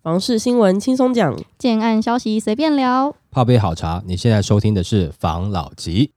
房市新闻轻松讲， 建案消息随便聊， 泡杯好茶。你现在收听的是房老吉。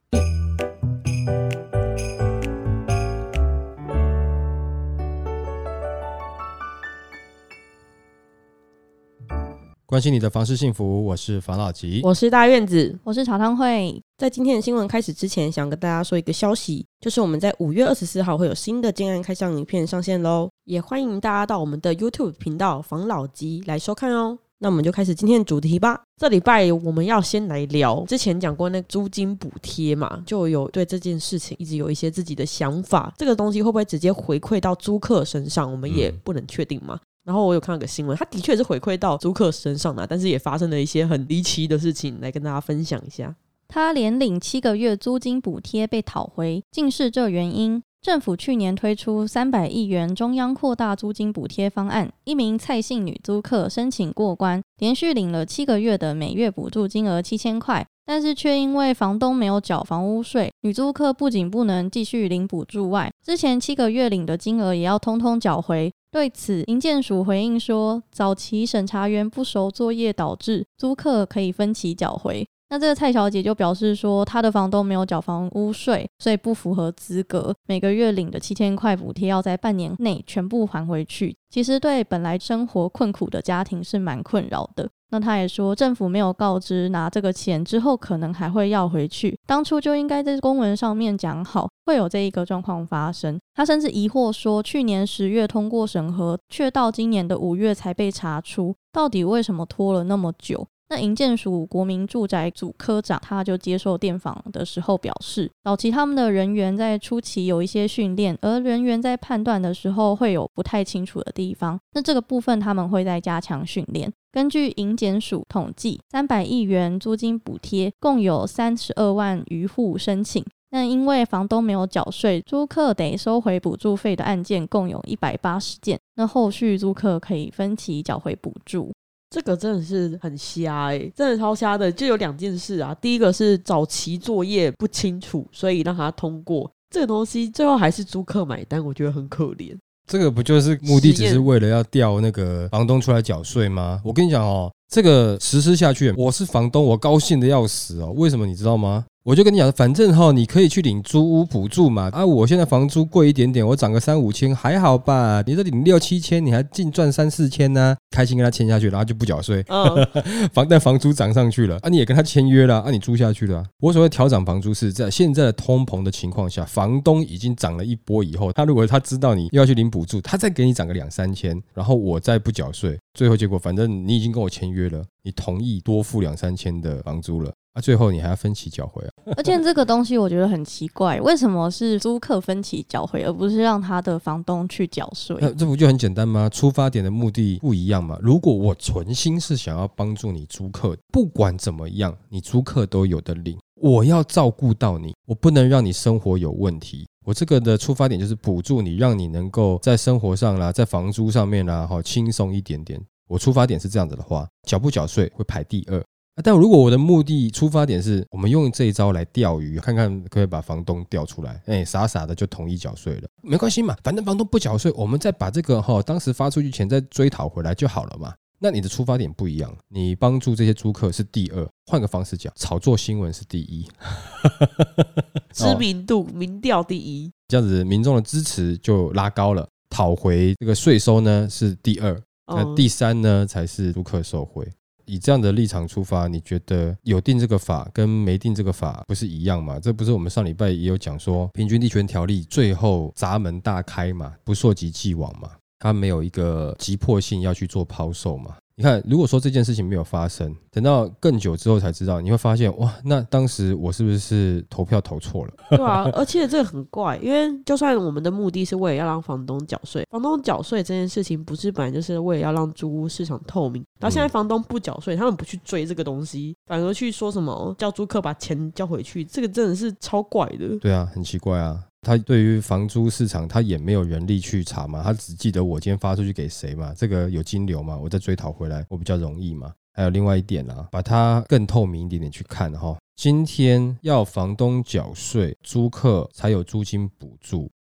关心你的房市幸福，我是房老吉， 我是大院子， 我是茶汤会。 在今天的新闻开始之前，想跟大家说一个消息，就是我们在5月24号会有新的建案开箱影片上线咯，也欢迎大家到我们的 YouTube 频道房老吉来收看哦。那我们就开始今天的主题吧。这礼拜我们要先来聊之前讲过那租金补贴嘛，就有对这件事情一直有一些自己的想法，这个东西会不会直接回馈到租客身上，我们也不能确定嘛。然后我有看到个新闻，它的确是回馈到租客身上的，但是也发生了一些很离奇的事情，来跟大家分享一下。 他连领7个月租金补贴被讨回，竟是这原因。政府去年推出300亿元中央扩大租金补贴方案，一名蔡姓女租客申请过关，连续领了7个月的每月补助金额7000块，但是却因为房东没有缴房屋税，女租客不仅不能继续领补助外，之前7个月领的金额也要通通缴回。对此，营建署回应说，早期审查员不熟作业导致租客可以分期缴回。那这个蔡小姐就表示说，她的房东没有缴房屋税，所以不符合资格，每个月领的7000块补贴要在半年内全部还回去。其实对本来生活困苦的家庭是蛮困扰的。那他也说，政府没有告知拿这个钱之后可能还会要回去，当初就应该在公文上面讲好会有这一个状况发生。他甚至疑惑说，去年10月通过审核，却到今年的5月才被查出，到底为什么拖了那么久？那营建署国民住宅组科长他就接受电访的时候表示，早期他们的人员在初期有一些训练，而人员在判断的时候会有不太清楚的地方，那这个部分他们会再加强训练。根据营检署统计，300亿元租金补贴共有32万余户申请，那因为房东没有缴税，租客得收回补助费的案件共有180件，那后续租客可以分期缴回补助。 这个真的是很瞎真的超瞎的。就有2件事啊，第一个是早期作业不清楚，所以让他通过，这个东西最后还是租客买单，我觉得很可怜。 这个不就是目的只是为了要调那个房东出来缴税吗？我跟你讲哦，这个实施下去，我是房东，我高兴的要死哦。为什么你知道吗？我就跟你讲，反正你可以去领租屋补助嘛。我现在房租贵一点点，我涨个3-5千还好吧？你这领6-7千，你还净赚3-4千呢，开心跟他签下去，然后就不缴税。但房租涨上去了你也跟他签约了你租下去了我所谓调涨房租是在现在的通膨的情况下，房东已经涨了一波以后，如果他知道你又要去领补助，他再给你涨个2-3千，然后我再不缴税，最后结果反正你已经跟我签约了，你同意多付2-3千的房租了最后你还要分期缴回而且这个东西我觉得很奇怪，为什么是租客分期缴回，而不是让他的房东去缴税？ 这不就很简单吗？出发点的目的不一样嘛。如果我存心是想要帮助你租客，不管怎么样你租客都有的领，我要照顾到你，我不能让你生活有问题。我这个的出发点就是补助你，让你能够在生活上啦，在房租上面啦轻松一点点。我出发点是这样子的话，缴不缴税会排第2。但如果我的目的出发点是我们用这一招来钓鱼，看看可不可以把房东钓出来，傻傻的就同意缴税了，没关系嘛，反正房东不缴税，我们再把这个当时发出去钱再追讨回来就好了嘛。那你的出发点不一样，你帮助这些租客是第2，换个方式讲，炒作新闻是第1。 知名度民调第1， 这样子民众的支持就拉高了，讨回这个税收呢是第2，那第3呢才是租客收回。以这样的立场出发，你觉得有定这个法跟没定这个法不是一样吗？这不是我们上礼拜也有讲说平均地权条例最后闸门大开嘛，不溯及既往嘛，它没有一个急迫性要去做抛售嘛。你看，如果说这件事情没有发生，等到更久之后才知道，你会发现哇，那当时我是不是投票投错了？ 对啊，而且这个很怪，因为就算我们的目的是为了要让房东缴税，房东缴税这件事情不是本来就是为了要让租屋市场透明，然后现在房东不缴税，他们不去追这个东西，反而去说什么叫租客把钱交回去，这个真的是超怪的。 对啊，很奇怪啊。他对于房租市场他也没有人力去查嘛，他只记得我今天发出去给谁嘛，这个有金流嘛，我再追讨回来我比较容易嘛。还有另外一点把它更透明一点点去看今天要房东缴税，租客才有租金补助，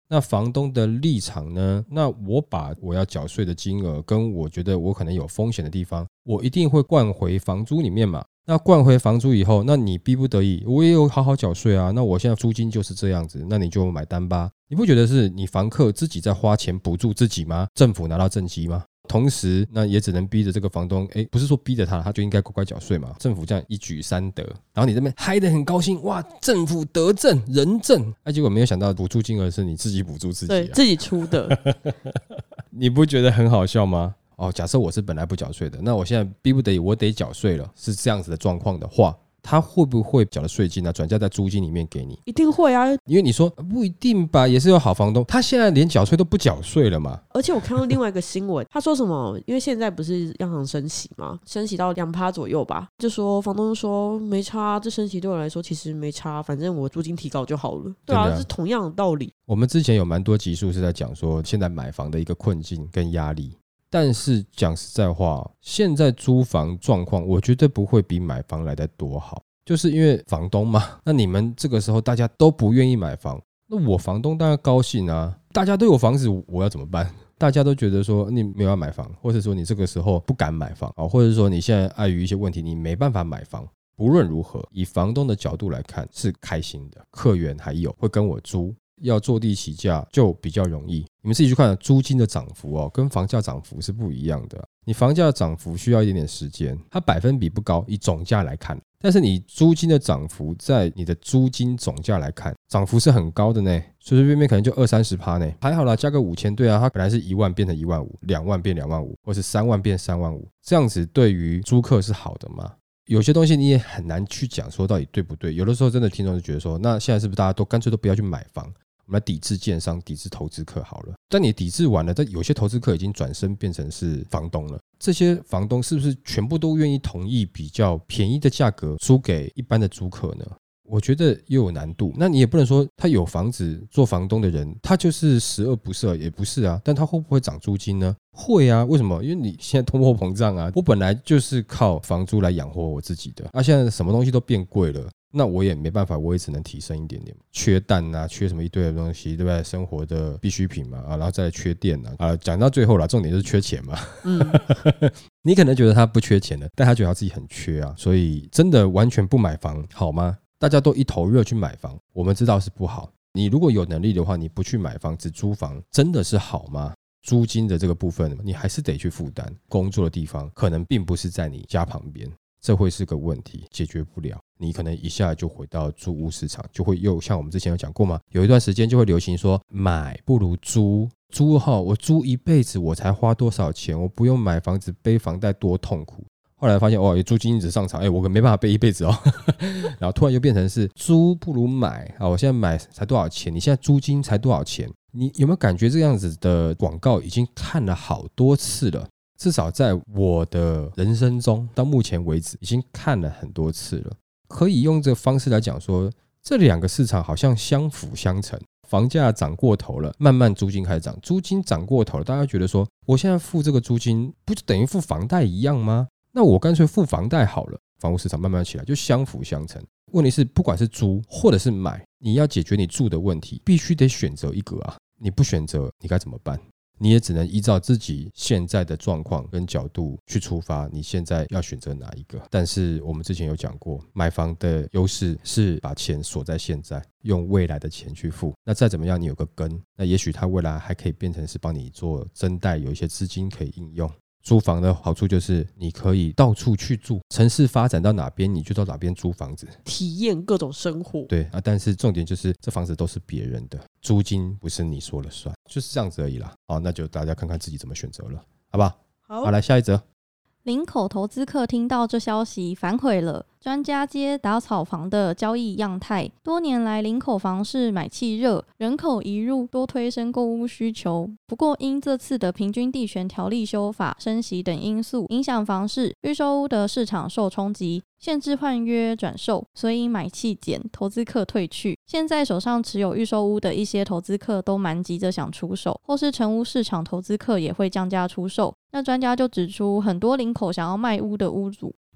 那房东的立场呢？那我把我要缴税的金额跟我觉得我可能有风险的地方，我一定会灌回房租里面嘛。那灌回房租以后，那你逼不得已，我也有好好缴税啊，那我现在租金就是这样子，那你就买单吧。你不觉得是你房客自己在花钱补助自己吗？政府拿到政绩吗？同时那也只能逼着这个房东，不是说逼着他就应该乖乖缴税嘛。政府这样一举三得，然后你这边嗨得很高兴，哇，政府得政人政，结果没有想到补助金额是你自己补助自己， 对，自己出的。 你不觉得很好笑吗？假设我是本来不缴税的，那我现在逼不得已我得缴税了，是这样子的状况的话，他会不会缴的税金转嫁在租金里面给你？ 一定会啊， 因为你说不一定吧，也是有好房东，他现在连缴税都不缴税了嘛。 而且我看到另外一个新闻，他说什么？因为现在不是央行升息嘛，升息到2%左右吧，就说房东说没差，这升息对我来说其实没差，反正我租金提高就好了。对啊，是同样的道理。 我们之前有蛮多集数是在讲说现在买房的一个困境跟压力。但是讲实在话，现在租房状况我觉得不会比买房来得多好，就是因为房东嘛，那你们这个时候大家都不愿意买房，那我房东当然高兴啊，大家都有房子，我要怎么办？大家都觉得说你没有要买房，或者说你这个时候不敢买房，或者说你现在碍于一些问题你没办法买房。不论如何，以房东的角度来看是开心的，客源还有会跟我租，要坐地起价就比较容易。你们自己去看租金的涨幅跟房价涨幅是不一样的。你房价的涨幅需要一点点时间，它百分比不高，以总价来看，但是你租金的涨幅在你的租金总价来看，涨幅是很高的呢，随随便便可能就20-30%呢。还好啦，加个5000，对啊，它本来是1万变成15000，2万变2万5，或是3万变3万5，这样子对于租客是好的吗？有些东西你也很难去讲说到底对不对，有的时候真的听众就觉得说，那现在是不是大家都干脆都不要去买房，我们来抵制建商，抵制投资客好了。但你抵制完了，但有些投资客已经转身变成是房东了，这些房东是不是全部都愿意同意比较便宜的价格租给一般的租客呢？我觉得又有难度。那你也不能说他有房子做房东的人他就是十恶不赦，也不是啊。但他会不会涨租金呢？会啊。为什么？因为你现在通货膨胀啊，我本来就是靠房租来养活我自己的，现在什么东西都变贵了，那我也没办法，我也只能提升一点点。缺蛋啊，缺什么一堆的东西，对不对？生活的必需品嘛，然后再来缺电啊，讲到最后啦，重点就是缺钱嘛。你可能觉得他不缺钱的，但他觉得他自己很缺啊，所以真的完全不买房好吗？大家都一头热去买房，我们知道是不好。你如果有能力的话，你不去买房只租房，真的是好吗？租金的这个部分你还是得去负担，工作的地方可能并不是在你家旁边，这会是个问题，解决不了。你可能一下就回到租屋市场，就会又像我们之前有讲过嘛，有一段时间就会流行说买不如租，租我租一辈子我才花多少钱，我不用买房子背房贷多痛苦。后来发现租金一直上涨，我没办法背一辈子然后突然又变成是租不如买我现在买才多少钱，你现在租金才多少钱？你有没有感觉这样子的广告已经看了好多次了？至少在我的人生中到目前为止已经看了很多次了。可以用这个方式来讲说，这两个市场好像相辅相成。房价涨过头了，慢慢租金开始涨，租金涨过头了，大家觉得说我现在付这个租金不就等于付房贷一样吗？那我干脆付房贷好了。房屋市场慢慢起来就相辅相成。问题是不管是租或者是买，你要解决你住的问题必须得选择一个啊，你不选择你该怎么办？你也只能依照自己现在的状况跟角度去出发，你现在要选择哪一个。但是我们之前有讲过，买房的优势是把钱锁在现在，用未来的钱去付。那再怎么样你有个根，那也许它未来还可以变成是帮你做增贷，有一些资金可以应用。租房的好处就是你可以到处去住，城市发展到哪边你就到哪边租房子， 体验各种生活。 对但是重点就是这房子都是别人的，租金不是你说了算，就是这样子而已啦。好，那就大家看看自己怎么选择了，好不好？好，来下一则。 林口投资客听到这消息反悔了。专家揭打草房的交易样态，多年来林口房市买气热，人口移入多推升购屋需求。不过因这次的平均地权条例修法、升息等因素影响房市，预售屋的市场受冲击，限制换约转售，所以买气减，投资客退去。现在手上持有预售屋的一些投资客都蛮急着想出手，或是成屋市场投资客也会降价出售。那专家就指出，很多林口想要卖屋的屋主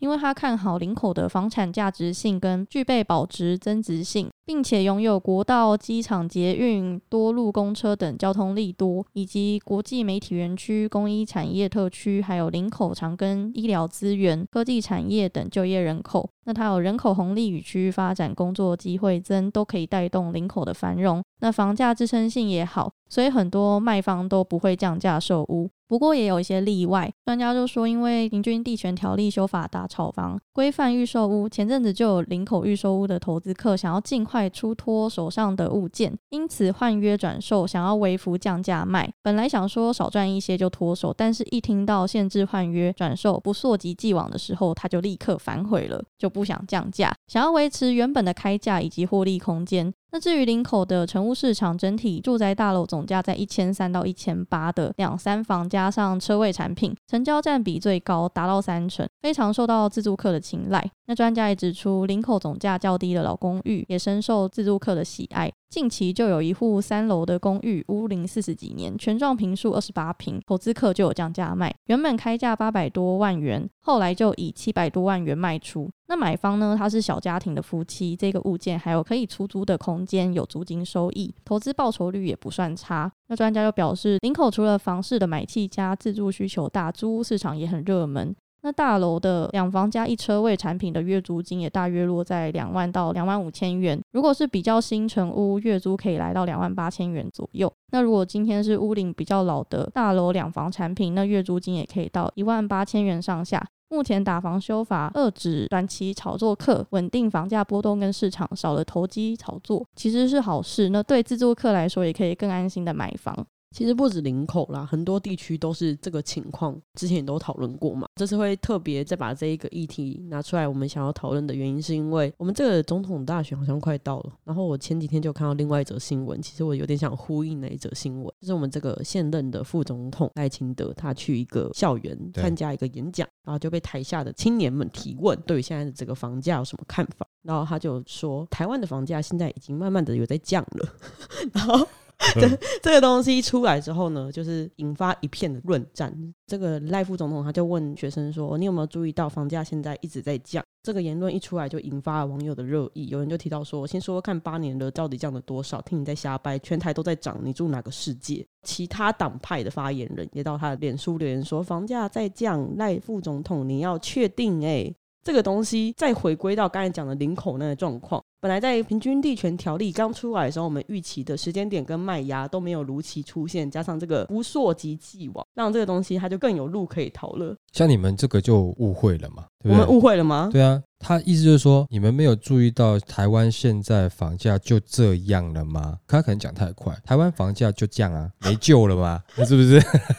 因为他看好林口的房产价值性跟具备保值增值性，并且拥有国道、机场、捷运、多路公车等交通利多，以及国际媒体园区、工医产业特区，还有林口长庚医疗资源、科技产业等就业人口。那它有人口红利与区域发展工作机会增，都可以带动林口的繁荣。那房价支撑性也好，所以很多卖方都不会降价售屋。不过也有一些例外，专家就说因为平均地权条例修法打炒房，规范预售屋，前阵子就有林口预售屋的投资客想要尽快出脱手上的物件，因此换约转售，想要微幅降价卖。本来想说少赚一些就脱手，但是一听到限制换约转售不溯及既往的时候，他就立刻反悔了，就不想降价，想要维持原本的开价以及获利空间。那至于林口的成屋市场，整体住宅大楼总价在1300到1800的两三房加上车位产品，成交占比最高，达到30%，非常受到自住客的青睐。那专家也指出，林口总价较低的老公寓也深受自住客的喜爱。近期就有一户3楼的公寓，屋龄40几年，全幢坪数28坪，投资客就有降价卖，原本开价800多万元，后来就以700多万元卖出。那买方呢，他是小家庭的夫妻，这个物件还有可以出租的空间，有租金收益，投资报酬率也不算差。那专家又表示，林口除了房市的买气佳，自住需求大，租屋市场也很热门。那大楼的2房加1车位产品的月租金也大约落在2万到2万5千元，如果是比较新成屋，月租可以来到2万8千元左右。那如果今天是屋龄比较老的大楼2房产品，那月租金也可以到1万8千元上下。目前打房修法遏止短期炒作客，稳定房价波动跟市场，少了投机炒作，其实是好事。那对自住客来说也可以更安心的买房。 其实不止林口啦，很多地区都是这个情况，之前也都讨论过嘛。这次会特别再把这一个议题拿出来，我们想要讨论的原因是因为我们这个总统大选好像快到了，然后我前几天就看到另外一则新闻，其实我有点想呼应那一则新闻，就是我们这个现任的副总统赖清德，他去一个校园参加一个演讲，然后就被台下的青年们提问对于现在的这个房价有什么看法，然后他就说台湾的房价现在已经慢慢的有在降了然后这个东西出来之后呢，就是引发一片的论战。这个赖副总统他就问学生说，你有没有注意到房价现在一直在降？这个言论一出来就引发了网友的热议，有人就提到说，先说看8年了到底降了多少，听你在瞎掰，全台都在涨，你住哪个世界？其他党派的发言人也到他的脸书留言说，房价在降，赖副总统你要确定这个东西再回归到刚才讲的林口那个状况，本来在平均地权条例刚出来的时候，我们预期的时间点跟卖压都没有如期出现，加上这个不溯及既往，让这个东西它就更有路可以逃了。 像你们这个就误会了嘛，对不对？ 我们误会了吗？ 对啊，他意思就是说你们没有注意到台湾现在房价就这样了吗？他可能讲太快，台湾房价就这样啊，没救了吗？是不是？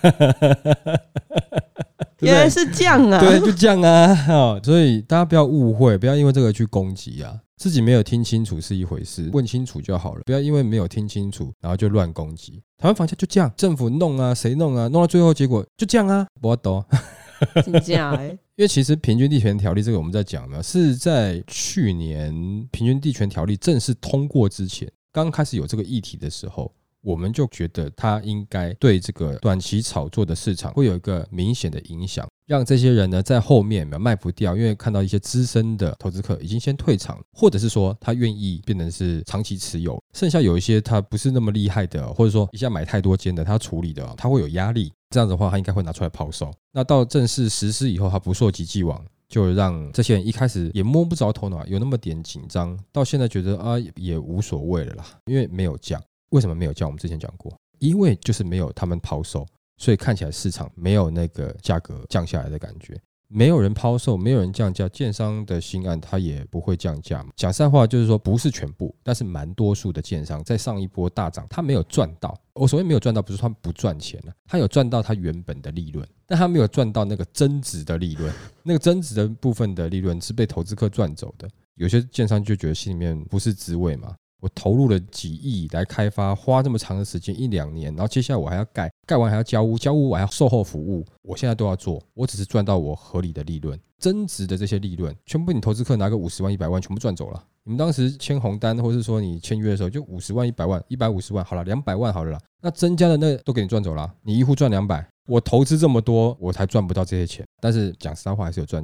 原来是这样啊。 对，就这样啊所以大家不要误会，不要因为这个去攻击啊，自己没有听清楚是一回事，问清楚就好了，不要因为没有听清楚然后就乱攻击。台湾房价就这样，政府弄啊，谁弄啊，弄到最后结果就这样啊，不懂真假因为其实平均地权条例这个我们在讲呢，是在去年平均地权条例正式通过之前，刚开始有这个议题的时候，我们就觉得它应该对这个短期炒作的市场会有一个明显的影响，让这些人呢在后面卖不掉，因为看到一些资深的投资客已经先退场，或者是说他愿意变成是长期持有，剩下有一些他不是那么厉害的，或者说一下买太多间的，他处理的他会有压力，这样子的话他应该会拿出来抛售。那到正式实施以后，他不溯及既往，就让这些人一开始也摸不着头脑，有那么点紧张，到现在觉得也无所谓了啦，因为没有降。为什么没有降？我们之前讲过，因为就是没有他们抛售，所以看起来市场没有那个价格降下来的感觉。没有人抛售，没有人降价，建商的新案他也不会降价。讲实在话就是说，不是全部，但是蛮多数的建商在上一波大涨，他没有赚到。我所谓没有赚到，不是说他们不赚钱了，他有赚到他原本的利润，但他没有赚到那个增值的利润。那个增值的部分的利润是被投资客赚走的。有些建商就觉得心里面不是滋味嘛。我投入了几亿来开发，花这么长的时间1-2年，然后接下来我还要盖完还要交屋，交屋我还要售后服务，我现在都要做，我只是赚到我合理的利润，增值的这些利润全部你投资客拿个50万100万全部赚走了。你们当时签红单或是说你签约的时候就50万100万150万好了200万好了啦，那增加的那都给你赚走了，你一户赚200，我投资这么多我才赚不到这些钱，但是讲实话还是有赚钱。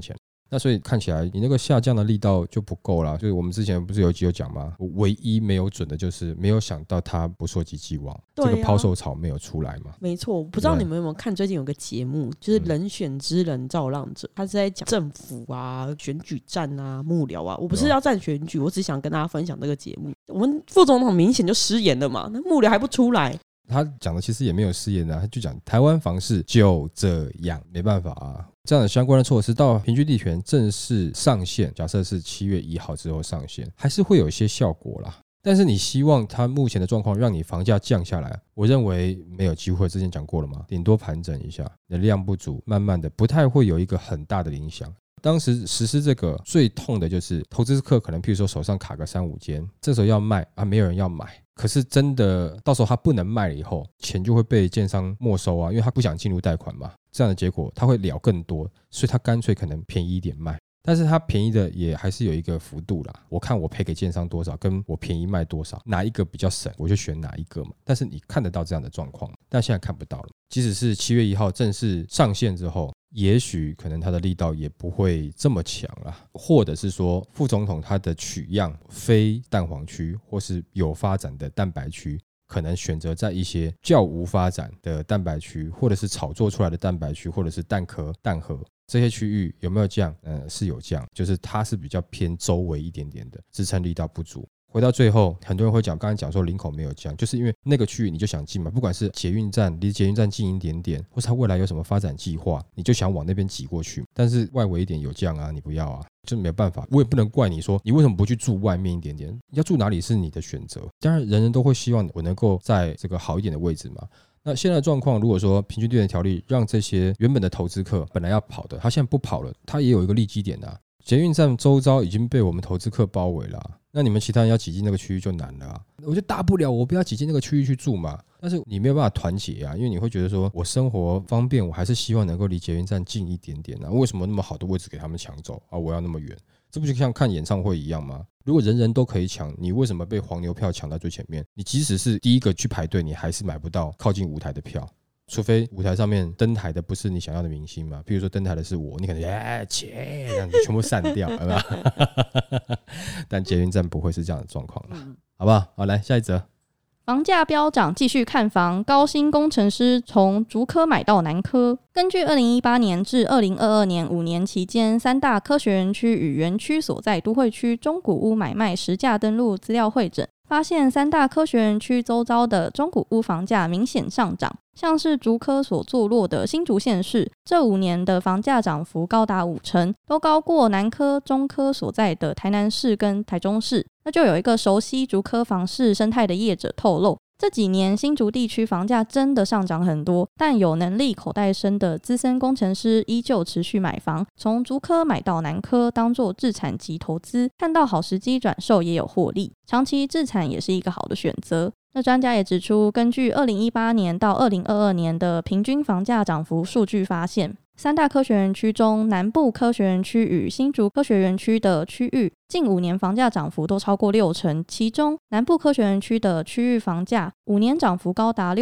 那所以看起来你那个下降的力道就不够啦。就是我们之前不是有集有讲吗？我唯一没有准的就是没有想到他不溯及既往，这个抛售潮没有出来嘛。 没错，我不知道你们有没有看最近有个节目，就是人选之人造浪者，他是在讲政府啊、选举战啊、幕僚啊。我不是要站选举，我只想跟大家分享这个节目。我们副总统明显就失言了嘛，那幕僚还不出来。 他讲的其实也没有失言啊，他就讲台湾房市就这样，没办法啊。这样的相关的措施到平均地权正式上线，假设是7月1号之后上线，还是会有一些效果啦。但是你希望它目前的状况让你房价降下来，我认为没有机会。之前讲过了嘛，顶多盘整一下，你的量不足，慢慢的不太会有一个很大的影响。当时实施这个最痛的就是投资客可能譬如说手上卡个3-5间，这时候要卖啊，没有人要买。可是真的到时候他不能卖了以后，钱就会被建商没收啊，因为他不想进入贷款嘛。这样的结果他会了更多，所以他干脆可能便宜一点卖。但是他便宜的也还是有一个幅度啦，我看我赔给建商多少，跟我便宜卖多少，哪一个比较省，我就选哪一个嘛。但是你看得到这样的状况，但现在看不到了。即使是7月1号正式上线之后，也许可能它的力道也不会这么强啦，或者是说副总统他的取样非蛋黄区或是有发展的蛋白区，可能选择在一些较无发展的蛋白区，或者是炒作出来的蛋白区，或者是蛋壳、蛋核这些区域有没有降？是有降，就是它是比较偏周围一点点的，支撑力道不足。回到最后，很多人会讲，刚才讲说林口没有降，就是因为那个区域你就想进嘛，不管是捷运站离捷运站近一点点，或是它未来有什么发展计划，你就想往那边挤过去。但是外围一点有降啊，你不要啊，就没有办法。我也不能怪你说你为什么不去住外面一点点，要住哪里是你的选择。当然人人都会希望我能够在这个好一点的位置嘛。那现在的状况，如果说平均地权条例让这些原本的投资客本来要跑的，他现在不跑了，他也有一个利基点啊。捷运站周遭已经被我们投资客包围了那你们其他人要挤进那个区域就难了我就大不了我不要挤进那个区域去住嘛。但是你没有办法团结啊，因为你会觉得说我生活方便，我还是希望能够离捷运站近一点点为什么那么好的位置给他们抢走我要那么远？这不就像看演唱会一样吗？如果人人都可以抢，你为什么被黄牛票抢到最前面？你即使是第一个去排队，你还是买不到靠近舞台的票。除非舞台上面登台的不是你想要的明星嘛，比如说登台的是我，你可能切这样子全部散掉有没有但捷运站不会是这样的状况啦好不好？好，来下一则。 房价飙涨，继续看房，高薪工程师从竹科买到南科。根据2018年至2022年5年期间三大科学园区与园区所在都会区中古屋买卖实价登录资料汇整，发现三大科学园区周遭的中古屋房价明显上涨，像是竹科所坐落的新竹县市，这5年的房价涨幅高达50%，都高过南科、中科所在的台南市跟台中市。那就有一个熟悉竹科房市生态的业者透露，这几年新竹地区房价真的上涨很多，但有能力口袋深的资深工程师依旧持续买房，从竹科买到南科当作置产及投资，看到好时机转售也有获利，长期置产也是一个好的选择。那专家也指出，根据2018年到2022年的平均房价涨幅数据发现，三大科学园区中，南部科学园区与新竹科学园区的区域近5年房价涨幅都超过60%，其中南部科学园区的区域房价5年涨幅高达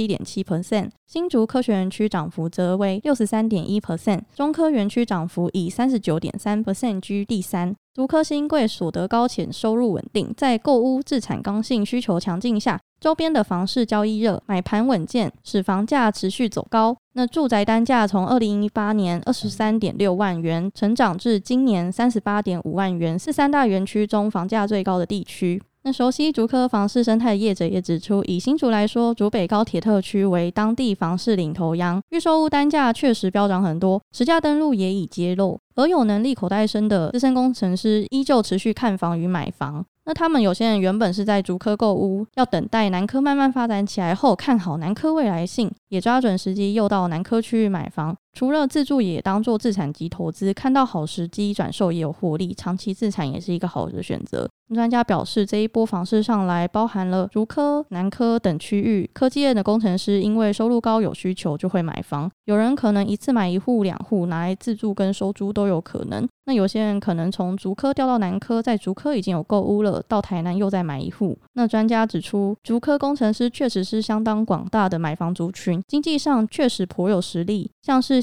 67.7%， 新竹科学园区涨幅则为 63.1%， 中科园区涨幅以 39.3% 居第三。竹科新贵所得高且收入稳定，在购屋置产刚性需求强劲下，周边的房市交易热，买盘稳健，使房价持续走高。那住宅单价从2018年 23.6 万元成长至今年 38.5 万元，是三大园区中房价最高的地区。那熟悉竹科房市生态的业者也指出，以新竹来说，竹北高铁特区为当地房市领头羊，预售屋单价确实飙涨很多，实价登录也已揭露，而有能力口袋深的资深工程师依旧持续看房与买房。那他们有些人原本是在竹科购屋，要等待南科慢慢发展起来后，看好南科未来性，也抓准时机又到南科区域买房。除了自住也当作自产及投资，看到好时机转售也有获利，长期自产也是一个好的选择。专家表示，这一波房市上来包含了竹科、南科等区域，科技业的工程师因为收入高有需求就会买房，有人可能一次买1户2户拿来自住跟收租都有可能。那有些人可能从竹科调到南科，在竹科已经有购屋了，到台南又再买1户。那专家指出，竹科工程师确实是相当广大的买房族群，经济上确实颇有实力，像是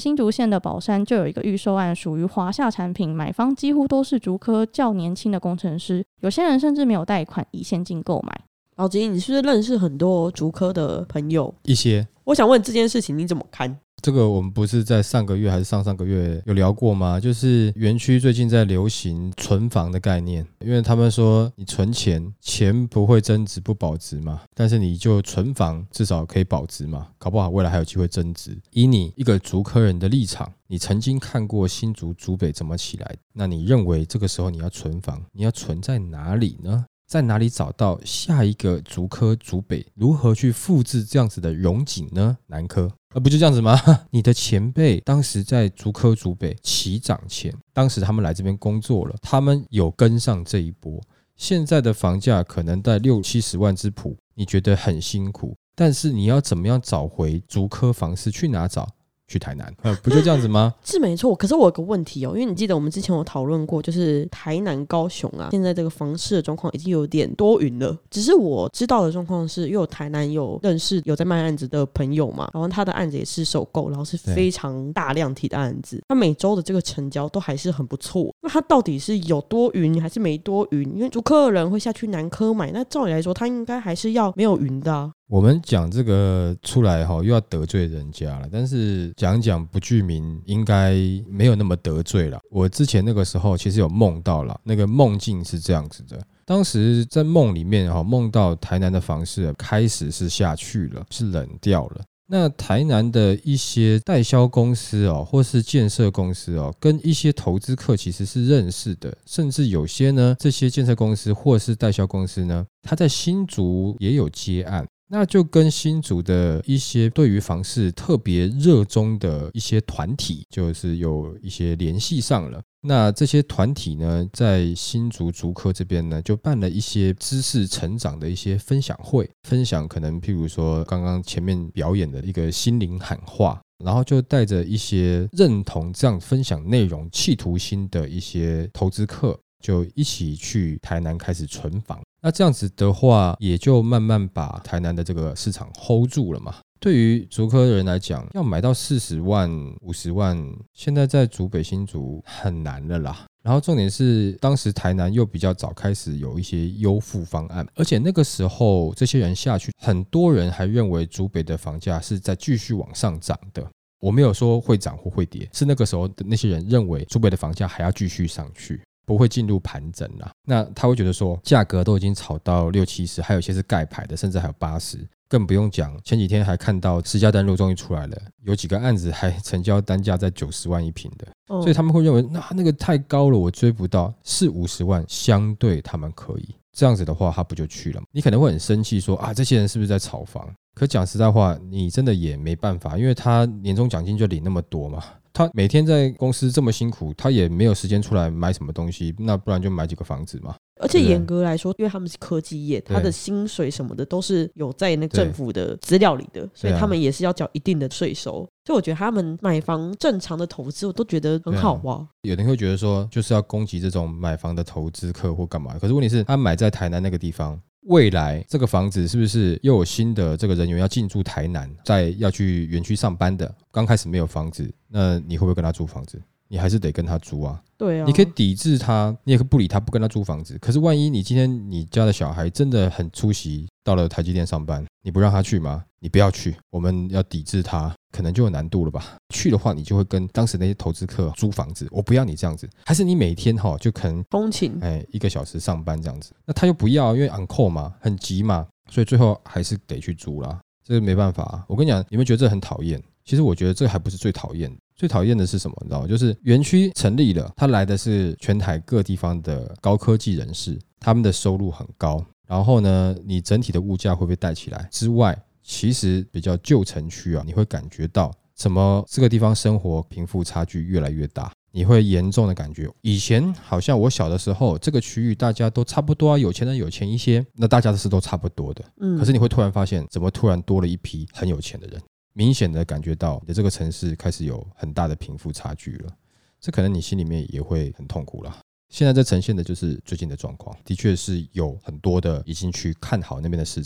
新竹县的宝山就有一个预售案属于华夏产品，买方几乎都是竹科较年轻的工程师，有些人甚至没有贷款，以现金购买。 老吉，你是不是认识很多竹科的朋友？ 一些。 我想问这件事情你怎么看？ 这个我们不是在上个月还是上个月有聊过吗？就是园区最近在流行存房的概念，因为他们说你存钱，钱不会增值不保值嘛，但是你就存房至少可以保值嘛，搞不好未来还有机会增值。以你一个竹科人的立场，你曾经看过新竹竹北怎么起来，那你认为这个时候你要存房，你要存在哪里呢？在哪里找到下一个竹科竹北？如何去复制这样子的荣景呢？南科不就这样子吗？你的前辈当时在竹科竹北起涨前，当时他们来这边工作了，他们有跟上这一波。现在的房价可能在60-70万之谱，你觉得很辛苦，但是你要怎么样找回竹科房市？去哪找？去台南，不就这样子吗？ 是没错，可是我有个问题哦，因为你记得我们之前有讨论过，就是台南、高雄啊，现在这个房市的状况已经有点多云了。只是我知道的状况是，因为我台南有认识有在卖案子的朋友嘛，然后他的案子也是首购，然后是非常大量体的案子，他每周的这个成交都还是很不错。那他到底是有多云还是没多云？因为竹科的人会下去南科买，那照理来说，他应该还是要没有云的啊。 我们讲这个出来又要得罪人家了，但是讲不具名应该没有那么得罪了。我之前那个时候其实有梦到了，那个梦境是这样子的，当时在梦里面梦到台南的房市开始是下去了，是冷掉了。那台南的一些代销公司或是建设公司跟一些投资客其实是认识的，甚至有些呢，这些建设公司或是代销公司呢，他在新竹也有接案。那就跟新竹的一些对于房市特别热衷的一些团体，就是有一些联系上了。那这些团体呢，在新竹竹科这边呢，就办了一些知识成长的一些分享会，分享可能譬如说刚刚前面表演的一个心灵喊话，然后就带着一些认同这样分享内容企图心的一些投资客，就一起去台南开始存房。那这样子的话，也就慢慢把台南的这个市场 hold 住了嘛。对于竹科人来讲，要买到40万、50万，现在在竹北新竹很难了啦。然后重点是，当时台南又比较早开始有一些优付方案，而且那个时候这些人下去，很多人还认为竹北的房价是在继续往上涨的。我没有说会涨或会跌，是那个时候的那些人认为竹北的房价还要继续上去，不会进入盘整啦。那他会觉得说，价格都已经炒到60-70，还有一些是盖牌的，甚至还有80。更不用讲，前几天还看到实价登录终于出来了，有几个案子还成交单价在90万一坪的，所以他们会认为那个太高了，我追不到，是50万相对他们可以。这样子的话，他不就去了吗？你可能会很生气说这些人是不是在炒房？可讲实在话，你真的也没办法，因为他年终奖金就领那么多嘛，他每天在公司这么辛苦，他也没有时间出来买什么东西，那不然就买几个房子嘛。 而且严格来说，因为他们是科技业，他的薪水什么的都是有在那政府的资料里的，所以他们也是要缴一定的税收。所以我觉得他们买房正常的投资，我都觉得很好啊。 有人会觉得说，就是要攻击这种买房的投资客或干嘛？可是问题是，他买在台南那个地方，未来这个房子是不是又有新的这个人员要进驻台南，再要去园区上班的？刚开始没有房子，那你会不会跟他租房子？你还是得跟他租啊。 对啊， 你可以抵制他，你也可以不理他，不跟他租房子。可是万一你今天你家的小孩真的很出息，到了台积电上班，你不让他去吗？你不要去，我们要抵制他，可能就有难度了吧。去的话，你就会跟当时那些投资客租房子，我不要你这样子。还是你每天就可能通勤 1个小时上班这样子，那他又不要，因为 on call 嘛，很急嘛，所以最后还是得去租啦。这个没办法我跟你讲，你们觉得这很讨厌？其实我觉得这还不是最讨厌的。最讨厌的是什么？你知道吗？就是园区成立了，他来的是全台各地方的高科技人士，他们的收入很高。然后呢，你整体的物价会不会带起来？之外，其实比较旧城区你会感觉到怎么这个地方生活贫富差距越来越大。你会严重的感觉，以前好像我小的时候，这个区域大家都差不多有钱人有钱一些，那大家的事都差不多的。可是你会突然发现，怎么突然多了一批很有钱的人？明显的感觉到你的这个城市开始有很大的贫富差距了，这可能你心里面也会很痛苦啦。现在在呈现的就是最近的状况，的确是有很多的已经去看好那边的市场，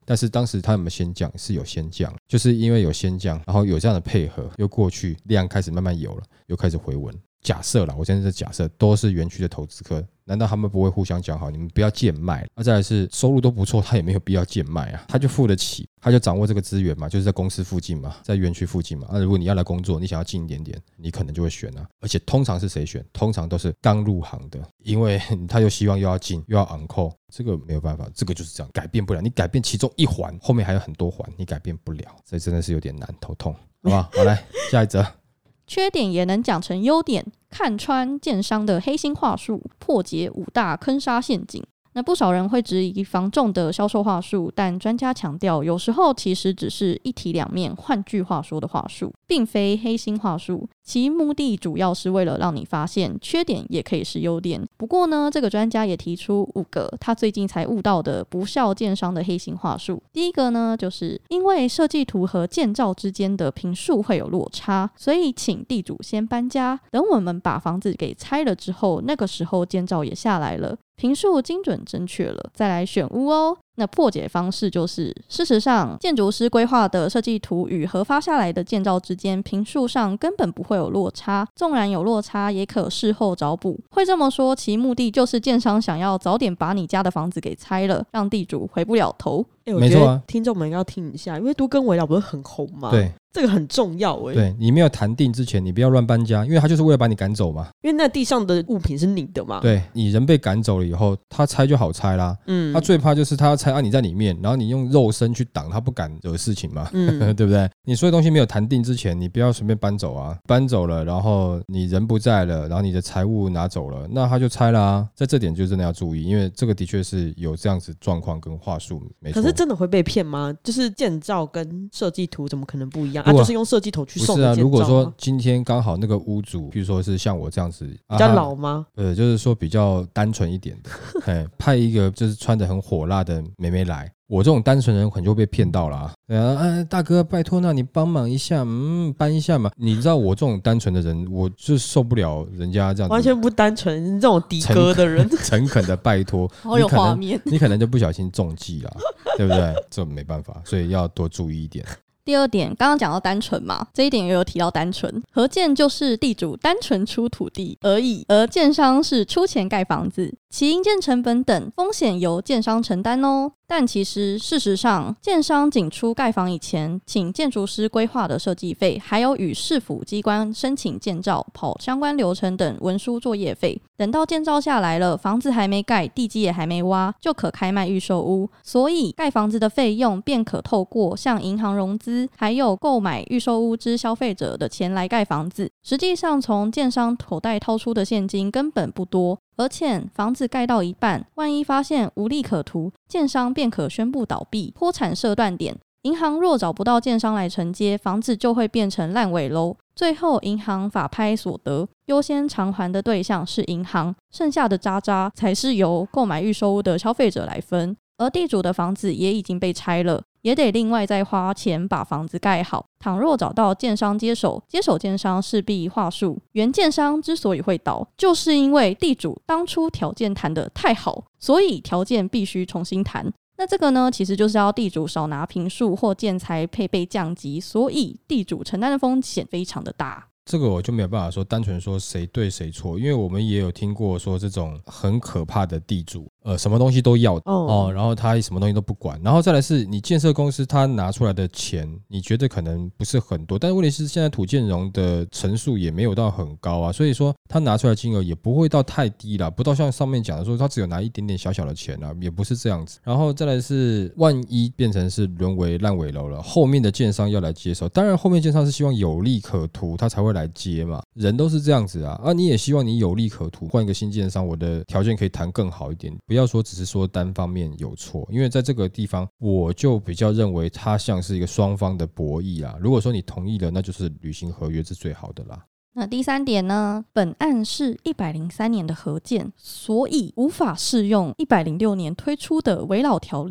但是当时他有没有先降？是有先降，就是因为有先降，然后有这样的配合，又过去量开始慢慢有了，又开始回稳。假设啦，我现在是假设都是园区的投资客，难道他们不会互相讲好，你们不要贱卖？再来是收入都不错，他也没有必要贱卖啊，他就付得起，他就掌握这个资源嘛，就是在公司附近嘛，在园区附近嘛。如果你要来工作，你想要近一点点，你可能就会选啊。而且通常是谁选？通常都是刚入行的，因为他又希望又要近又要 on call， 这个没有办法，这个就是这样，改变不了。你改变其中一环，后面还有很多环，你改变不了，所以真的是有点难，头痛，好不好？好，来下一则。 缺点也能讲成优点，看穿建商的黑心话术，破解5大坑杀陷阱。那不少人会质疑房仲的销售话术，但专家强调，有时候其实只是一体两面，换句话说的话术，并非黑心话术。其目的主要是为了让你发现缺点也可以是优点。不过呢，这个专家也提出5个他最近才悟到的不肖建商的黑心话术。第一个呢，就是因为设计图和建造之间的坪数会有落差，所以请地主先搬家，等我们把房子给拆了之后，那个时候建造也下来了，坪数精准正确了，再来选屋哦。那破解方式就是，事实上建筑师规划的设计图与核发下来的建造之间坪数上根本不会有落差，纵然有落差也可事后找补。会这么说，其目的就是建商想要早点把你家的房子给拆了，让地主回不了头。 我觉得听众们要听一下，因为都更危老不是很红吗？ 对， 这个很重要对，你没有谈定之前，你不要乱搬家，因为他就是为了把你赶走嘛。 因为那地上的物品是你的嘛。 对，你人被赶走了以后，他拆就好拆啦。他最怕就是他要拆你在里面，然后你用肉身去挡，他不敢惹事情嘛，对不对？你所有东西没有谈定之前，你不要随便搬走啊。搬走了，然后你人不在了，然后你的财物拿走了，那他就拆啦。在这点就真的要注意，因为这个的确是有这样子状况跟话术，没错。 可是真的会被骗吗？就是建造跟设计图怎么可能不一样就是用设计图去送的建造吗？ 不是啊，如果说今天刚好那个屋主，比如说是像我这样子比较老吗？ 就是说比较单纯一点的，派一个就是穿得很火辣的妹妹来，我这种单纯人可能就被骗到了大哥拜托，那你帮忙一下，搬一下嘛。你知道我这种单纯的人，我就受不了人家这样子， 完全不单纯，这种的哥的人， 诚恳的拜托， 好有画面， 你可能就不小心中计了，对不对？这没办法，所以要多注意一点。 第二点，刚刚讲到单纯嘛，这一点也有提到单纯。合建就是地主单纯出土地而已，而建商是出钱盖房子，其营建成本等风险由建商承担哦。但其实事实上，建商仅出盖房以前请建筑师规划的设计费，还有与市府机关申请建造、跑相关流程等文书作业费，等到建造下来了，房子还没盖，地基也还没挖，就可开卖预售屋。所以盖房子的费用便可透过向银行融资，还有购买预售屋之消费者的钱来盖房子。实际上从建商口袋掏出的现金根本不多，而且房子盖到一半，万一发现无利可图，建商便可宣布倒闭，脱产设断点。银行若找不到建商来承接，房子就会变成烂尾楼，最后银行法拍所得优先偿还的对象是银行，剩下的渣渣才是由购买预售屋的消费者来分。而地主的房子也已经被拆了，也得另外再花钱把房子盖好。倘若找到建商接手建商势必话术，原建商之所以会倒，就是因为地主当初条件谈得太好，所以条件必须重新谈。那这个呢，其实就是要地主少拿坪数或建材配备降级，所以地主承担的风险非常的大。 这个我就没有办法说单纯说谁对谁错，因为我们也有听过说这种很可怕的地主，什么东西都要然后他什么东西都不管，然后再来是你建设公司他拿出来的钱，你觉得可能不是很多，但是问题是现在土建融的成数也没有到很高啊，所以说他拿出来的金额也不会到太低啦，不到像上面讲的说他只有拿一点点小小的钱啊，也不是这样子。然后再来是万一变成是沦为烂尾楼了，后面的建商要来接手，当然后面建商是希望有利可图他才会来接嘛，人都是这样子啊，你也希望你有利可图，换一个新建商，我的条件可以谈更好一点，不要说只是说单方面有错，因为在这个地方我就比较认为它像是一个双方的博弈啦，如果说你同意了，那就是履行合约是最好的啦。 那第3点呢，本案是103年的合建，所以无法适用106年推出的危老条例。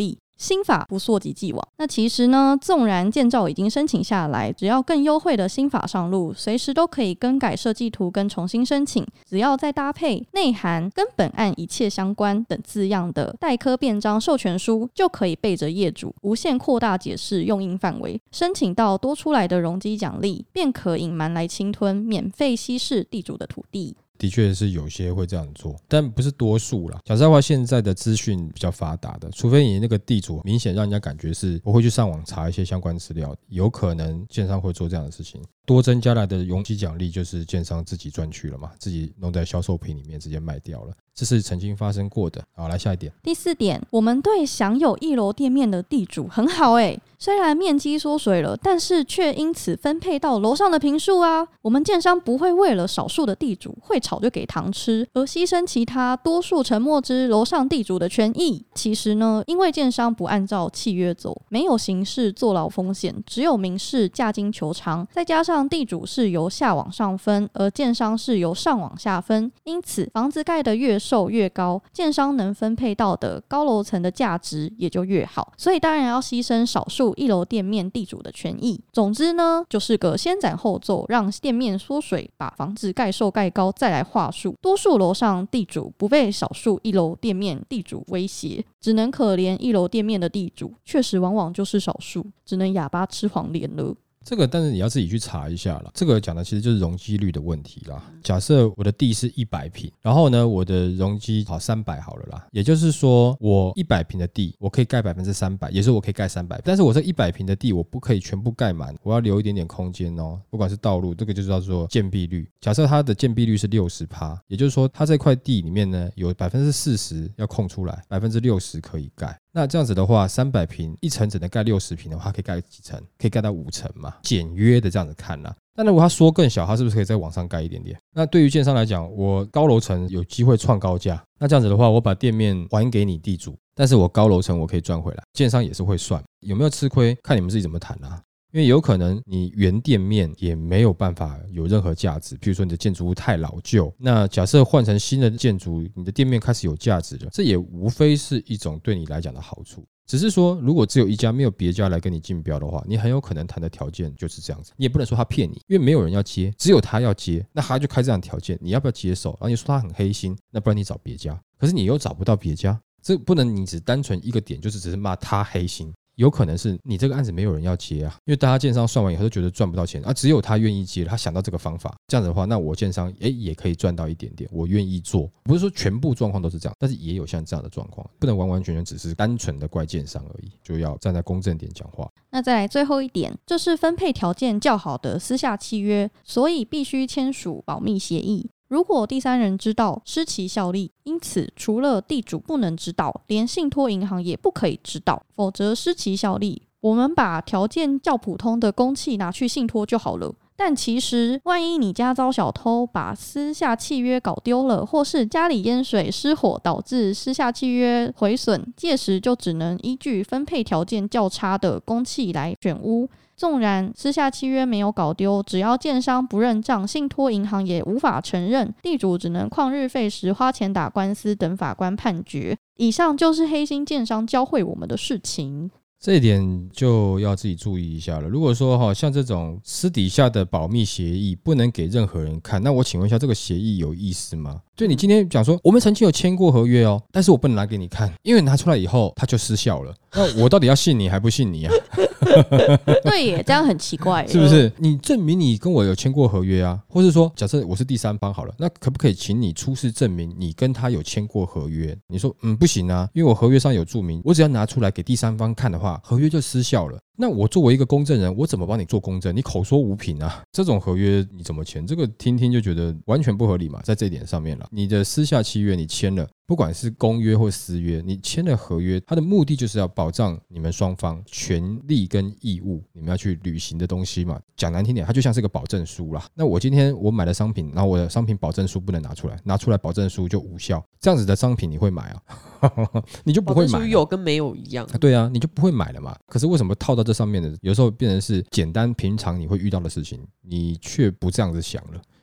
新法不溯及既往。那其实呢，纵然建照已经申请下来，只要更优惠的新法上路，随时都可以更改设计图跟重新申请，只要再搭配内含跟本案一切相关等字样的代科便章授权书，就可以背着业主无限扩大解释用印范围，申请到多出来的容积奖励，便可隐瞒来侵吞，免费稀释地主的土地。 的确是有些会这样做，但不是多数啦。讲实在话，现在的资讯比较发达的，除非你那个地主明显让人家感觉是我会去上网查一些相关资料，有可能建商会做这样的事情。多增加来的容积奖励就是建商自己赚去了嘛，自己弄在销售品里面直接卖掉了，这是曾经发生过的。好，来下一点。 第4点，我们对享有1楼店面的地主很好虽然面积缩水了，但是却因此分配到楼上的坪数啊。我们建商不会为了少数的地主会炒就给糖吃，而牺牲其他多数沉默之楼上地主的权益。其实呢，因为建商不按照契约走，没有刑事坐牢风险，只有民事价金求偿，再加上地主是由下往上分，而建商是由上往下分，因此房子盖得越售越高，建商能分配到的高楼层的价值也就越好，所以当然要牺牲少数1楼店面地主的权益。总之呢，就是个先斩后奏，让店面缩水，把房子盖售盖高，再来话术。多数楼上地主不被少数1楼店面地主威胁，只能可怜1楼店面的地主，确实往往就是少数，只能哑巴吃黄连了。 这个但是你要自己去查一下啦，这个讲的其实就是容积率的问题啦。假设我的地是100坪，然后呢我的容积好300好了啦，也就是说我100坪的地我可以盖 300%， 也就是我可以盖300，但是我这100坪的地我不可以全部盖满，我要留一点点空间哦，不管是道路，这个就叫做建蔽率。假设它的建蔽率是 60%， 也就是说它这块地里面呢有 40% 要空出来， 60% 可以盖。那这样子的话，300坪一层只能盖60坪的话，可以盖几层？可以盖到5层嘛，简约的这样子看啦。但如果它缩更小，它是不是可以再往上盖一点点？那对于建商来讲，我高楼层有机会创高价，那这样子的话，我把店面还给你地主，但是我高楼层我可以赚回来，建商也是会算，有没有吃亏，看你们自己怎么谈啊。因为有可能你原店面也没有办法有任何价值，比如说你的建筑物太老旧，那假设换成新的建筑，你的店面开始有价值了，这也无非是一种对你来讲的好处。只是说如果只有一家没有别家来跟你竞标的话，你很有可能谈的条件就是这样子，你也不能说他骗你，因为没有人要接，只有他要接，那他就开这样的条件，你要不要接受？然后你说他很黑心，那不然你找别家，可是你又找不到别家，这不能你只单纯一个点就是只是骂他黑心，有可能是你这个案子没有人要接啊，因为大家建商算完以后都觉得赚不到钱啊，只有他愿意接，他想到这个方法，这样子的话，那我建商也可以赚到一点点，我愿意做，不是说全部状况都是这样，但是也有像这样的状况，不能完完全全只是单纯的怪建商而已，就要站在公正点讲话。 那再来最后一点，这是分配条件较好的私下契约，所以必须签署保密协议。如果第三人知道，失其效力，因此除了地主不能知道，连信托银行也不可以知道，否则失其效力。我们把条件较普通的公契拿去信托就好了，但其实万一你家遭小偷把私下契约搞丢了，或是家里淹水失火导致私下契约毁损，届时就只能依据分配条件较差的公契来选屋。纵然私下契约没有搞丢，只要建商不认账，信托银行也无法承认，地主只能旷日费时花钱打官司等法官判决。以上就是黑心建商教会我们的事情。 这一点就要自己注意一下了。如果说像这种私底下的保密协议不能给任何人看，那我请问一下，这个协议有意思吗？就你今天讲说我们曾经有签过合约哦，但是我不能拿给你看，因为拿出来以后它就失效了，那我到底要信你还不信你啊？ 对耶，这样很奇怪耶， 是不是？你证明你跟我有签过合约啊，或是说假设我是第三方好了，那可不可以请你出示证明你跟他有签过合约？你说不行啊，因为我合约上有注明，我只要拿出来给第三方看的话，合约就失效了。那我作为一个公证人，我怎么帮你做公证？你口说无凭啊，这种合约你怎么签？这个听听就觉得完全不合理嘛。在这一点上面了，你的私下契约你签了，不管是公约或私约，你签了合约，它的目的就是要保障你们双方权利跟义务，你们要去履行的东西嘛。讲难听点，它就像是个保证书啦。那我今天我买了商品，然后我的商品保证书不能拿出来，拿出来保证书就无效，这样子的商品你会买啊？你就不会买。保证书有跟没有一样。 对啊，你就不会买了嘛。可是为什么套到这上面的，有时候变成是简单平常你会遇到的事情，你却不这样子想了？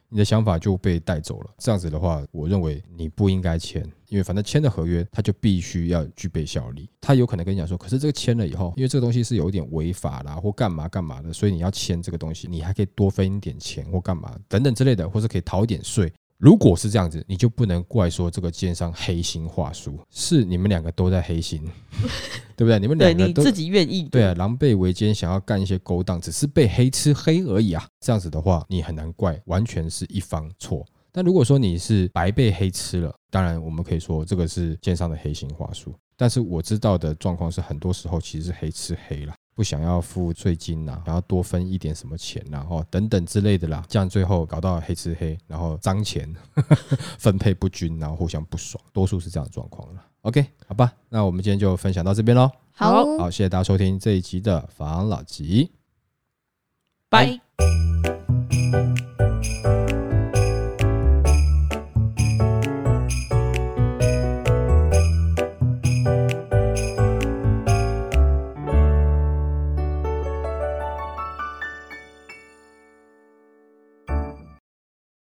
你的想法就被带走了。这样子的话，我认为你不应该签，因为反正签的合约它就必须要具备效力。他有可能跟你讲说，可是这个签了以后，因为这个东西是有一点违法啦或干嘛干嘛的，所以你要签这个东西，你还可以多分一点钱或干嘛等等之类的，或是可以逃一点税。如果是这样子，你就不能怪说这个奸商黑心话术，是你们两个都在黑心对不对？你们两个都对你自己愿意的， 对啊，狼狈为奸，想要干一些勾当，只是被黑吃黑而已啊。这样子的话，你很难怪，完全是一方错。但如果说你是白被黑吃了，当然我们可以说这个是奸商的黑心话术。但是我知道的状况是，很多时候其实是黑吃黑啦，不想要付税金啦，想要多分一点什么钱啦，等等之类的啦，这样最后搞到黑吃黑，然后脏钱分配不均，然后互相不爽，多数是这样的状况啦。OK， 好吧，那我们今天就分享到这边咯。 好， 谢谢大家收听这一集的房老吉， 拜。